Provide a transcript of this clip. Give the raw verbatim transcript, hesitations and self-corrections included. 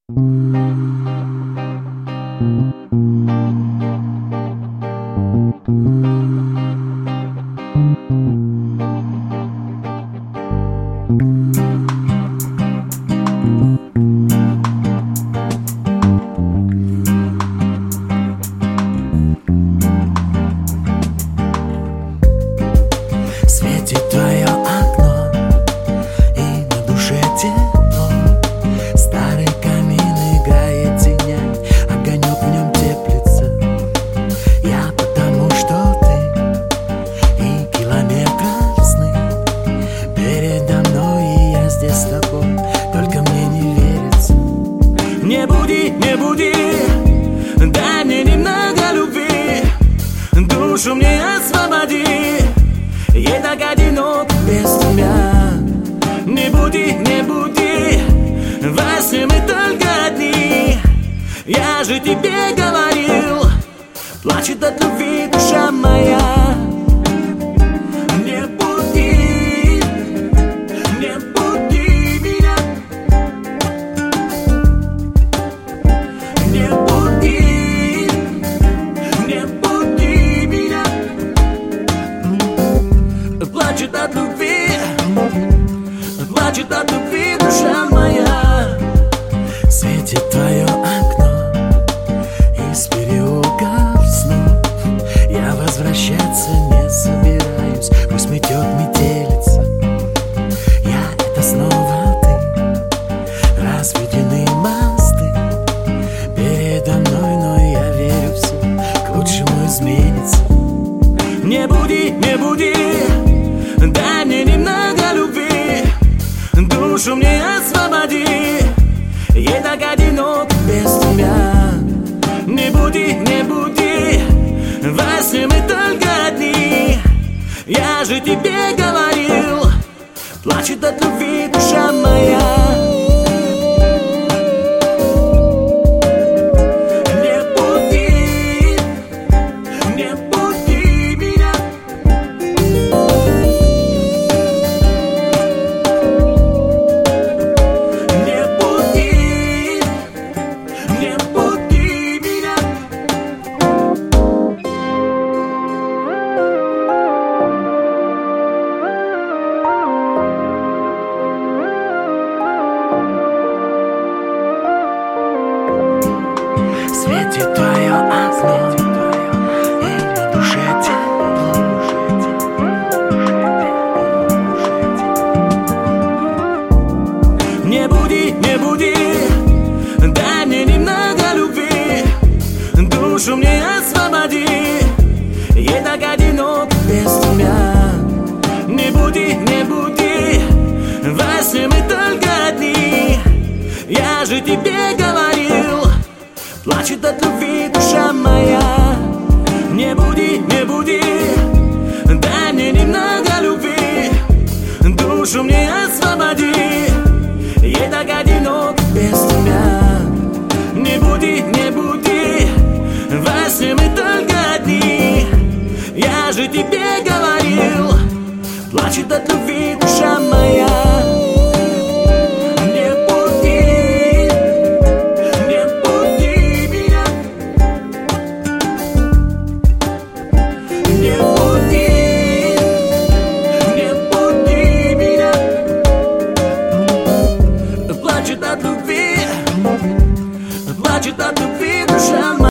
Светит твое окно, и на душе тепло. Старый камин играет тенями, огонек в нем теплится. Я потому что ты и километров сны передо мной, и я здесь с тобой, только мне не верится. Не буди, не буди, дай мне немного любви, душу мне освободи. Я так одинок без тебя. Не буди, не буди, во сне мы только одни. Я же тебе говорил, плачет от любви душа моя. Не буди, не буди меня. Не буди, не буди меня. Плачет от любви, плачет от любви душа моя. Светит твое окно из переулков снов. Я возвращаться не собираюсь, пусть метет метелица. Я — это снова ты, разведены мосты передо мной, но я верю, все к лучшему изменится. Не буди, не буди, дай мне немного любви, душу мне освободи. Я так одинок без тебя. Не буди, не буди, во сне мы только одни. Я же тебе говорил, плачет от любви душа моя. Светит твое окно, и на душе тепло. Не буди, не буди, дай мне немного любви, душу мне освободи. Я так одинок без тебя. Не буди, не буди, во сне мы только одни. Я же тебе говорил, плачет от любви душа моя. Не буди, не буди, дай мне немного любви, душу мне освободи. Я так одинок без тебя. Не буди, не буди, во сне мы только одни. Я же тебе говорил, плачет от любви душа моя. Плачет от любви, плачет от любви душа моя.